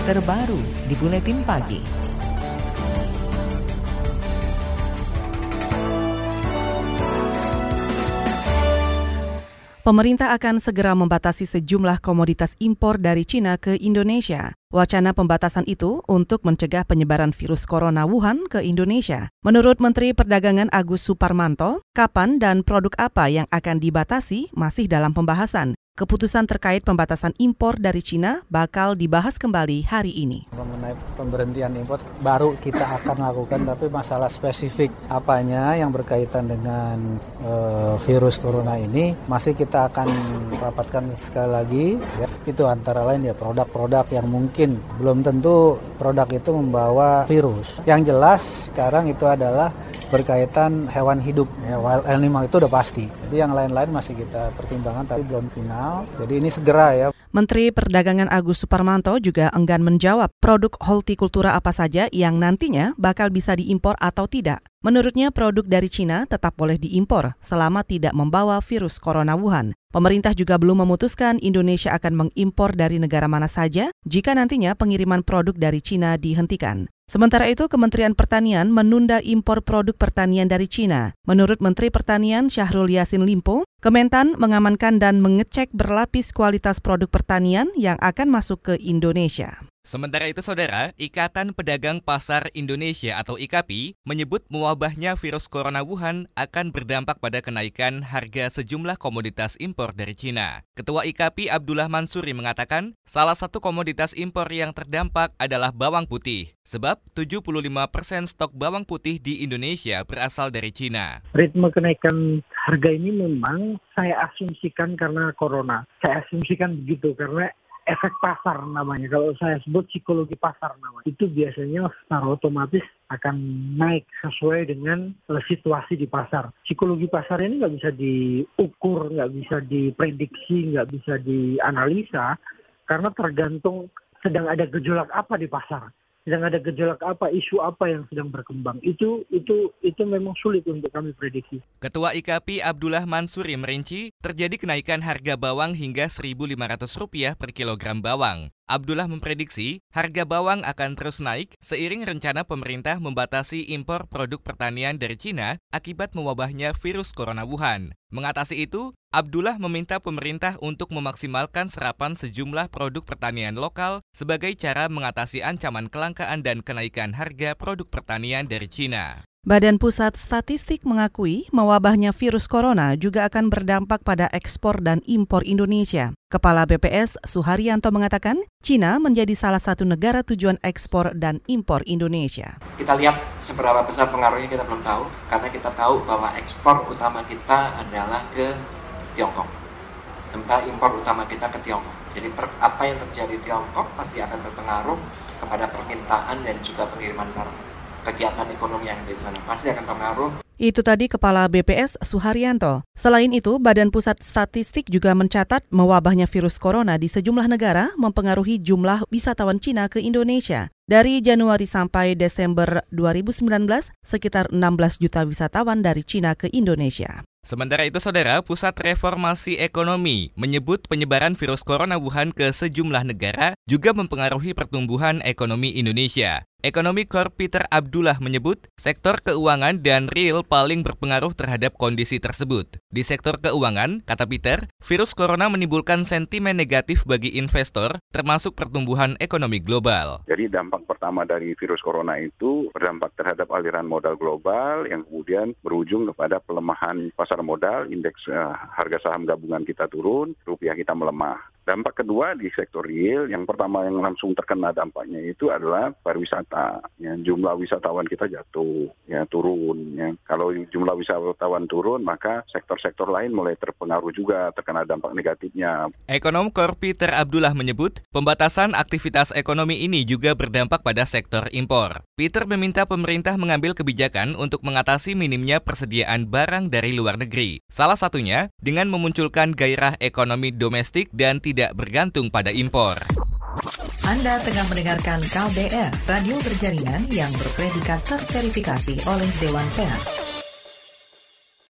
terbaru di Buletin Pagi. Pemerintah akan segera membatasi sejumlah komoditas impor dari Cina ke Indonesia. Wacana pembatasan itu untuk mencegah penyebaran virus corona Wuhan ke Indonesia. Menurut Menteri Perdagangan Agus Suparmanto, kapan dan produk apa yang akan dibatasi masih dalam pembahasan. Keputusan terkait pembatasan impor dari Cina bakal dibahas kembali hari ini. Mengenai pemberhentian impor baru kita akan lakukan, tapi masalah spesifik apanya yang berkaitan dengan virus corona ini masih kita akan rapatkan sekali lagi. Ya. Itu antara lain ya produk-produk yang mungkin belum tentu produk itu membawa virus. Yang jelas sekarang itu adalah berkaitan hewan hidup, ya, wild animal itu udah pasti. Jadi yang lain-lain masih kita pertimbangkan tapi belum final. Jadi ini segera ya. Menteri Perdagangan Agus Suparmanto juga enggan menjawab produk hortikultura apa saja yang nantinya bakal bisa diimpor atau tidak. Menurutnya produk dari Cina tetap boleh diimpor selama tidak membawa virus corona Wuhan. Pemerintah juga belum memutuskan Indonesia akan mengimpor dari negara mana saja jika nantinya pengiriman produk dari Cina dihentikan. Sementara itu, Kementerian Pertanian menunda impor produk pertanian dari Cina. Menurut Menteri Pertanian Syahrul Yassin Limpo, Kementan mengamankan dan mengecek berlapis kualitas produk pertanian yang akan masuk ke Indonesia. Sementara itu, Saudara, Ikatan Pedagang Pasar Indonesia atau IKAPI menyebut mewabahnya virus corona Wuhan akan berdampak pada kenaikan harga sejumlah komoditas impor dari Cina. Ketua IKAPI Abdullah Mansuri mengatakan, salah satu komoditas impor yang terdampak adalah bawang putih, sebab 75% stok bawang putih di Indonesia berasal dari Cina. Ritme kenaikan harga ini memang saya asumsikan karena corona. Saya asumsikan begitu karena efek pasar namanya. Kalau saya sebut psikologi pasar namanya. Itu biasanya secara otomatis akan naik sesuai dengan situasi di pasar. Psikologi pasar ini nggak bisa diukur, nggak bisa diprediksi, nggak bisa dianalisa karena tergantung sedang ada gejolak apa di pasar. Sedang ada gejolak apa, isu apa yang sedang berkembang. Itu memang sulit untuk kami prediksi. Ketua IKAPI Abdullah Mansuri merinci terjadi kenaikan harga bawang hingga Rp1.500 per kilogram bawang. Abdullah memprediksi harga bawang akan terus naik seiring rencana pemerintah membatasi impor produk pertanian dari Cina akibat mewabahnya virus corona Wuhan. Mengatasi itu, Abdullah meminta pemerintah untuk memaksimalkan serapan sejumlah produk pertanian lokal sebagai cara mengatasi ancaman kelangkaan dan kenaikan harga produk pertanian dari Cina. Badan Pusat Statistik mengakui mewabahnya virus corona juga akan berdampak pada ekspor dan impor Indonesia. Kepala BPS Suharyanto mengatakan, Cina menjadi salah satu negara tujuan ekspor dan impor Indonesia. Kita lihat seberapa besar pengaruhnya kita belum tahu, karena kita tahu bahwa ekspor utama kita adalah ke Tiongkok. Sementara impor utama kita ke Tiongkok. Jadi apa yang terjadi di Tiongkok pasti akan berpengaruh kepada permintaan dan juga pengiriman barang. Kegiatan ekonomi yang di sana pasti akan pengaruh. Itu tadi Kepala BPS Suharyanto. Selain itu, Badan Pusat Statistik juga mencatat mewabahnya virus corona di sejumlah negara mempengaruhi jumlah wisatawan Cina ke Indonesia. Dari Januari sampai Desember 2019, sekitar 16 juta wisatawan dari Cina ke Indonesia. Sementara itu, Saudara, Pusat Reformasi Ekonomi menyebut penyebaran virus corona Wuhan ke sejumlah negara juga mempengaruhi pertumbuhan ekonomi Indonesia. Ekonomi Corp Peter Abdullah menyebut sektor keuangan dan real paling berpengaruh terhadap kondisi tersebut. Di sektor keuangan, kata Peter, virus corona menimbulkan sentimen negatif bagi investor, termasuk pertumbuhan ekonomi global. Jadi dampak pertama dari virus corona itu berdampak terhadap aliran modal global yang kemudian berujung kepada pelemahan pasar modal, indeks harga saham gabungan kita turun, rupiah kita melemah. Dampak kedua di sektor real, yang pertama yang langsung terkena dampaknya itu adalah pariwisata. Ya, jumlah wisatawan kita jatuh, ya turun. Ya. Kalau jumlah wisatawan turun, maka sektor-sektor lain mulai terpengaruh juga, terkena dampak negatifnya. Ekonom Corp Peter Abdullah menyebut, pembatasan aktivitas ekonomi ini juga berdampak pada sektor impor. Peter meminta pemerintah mengambil kebijakan untuk mengatasi minimnya persediaan barang dari luar negeri. Salah satunya dengan memunculkan gairah ekonomi domestik dan tidak bergantung pada impor. Anda tengah mendengarkan KBR, radio berjaringan yang berpredikat terverifikasi oleh Dewan Pers.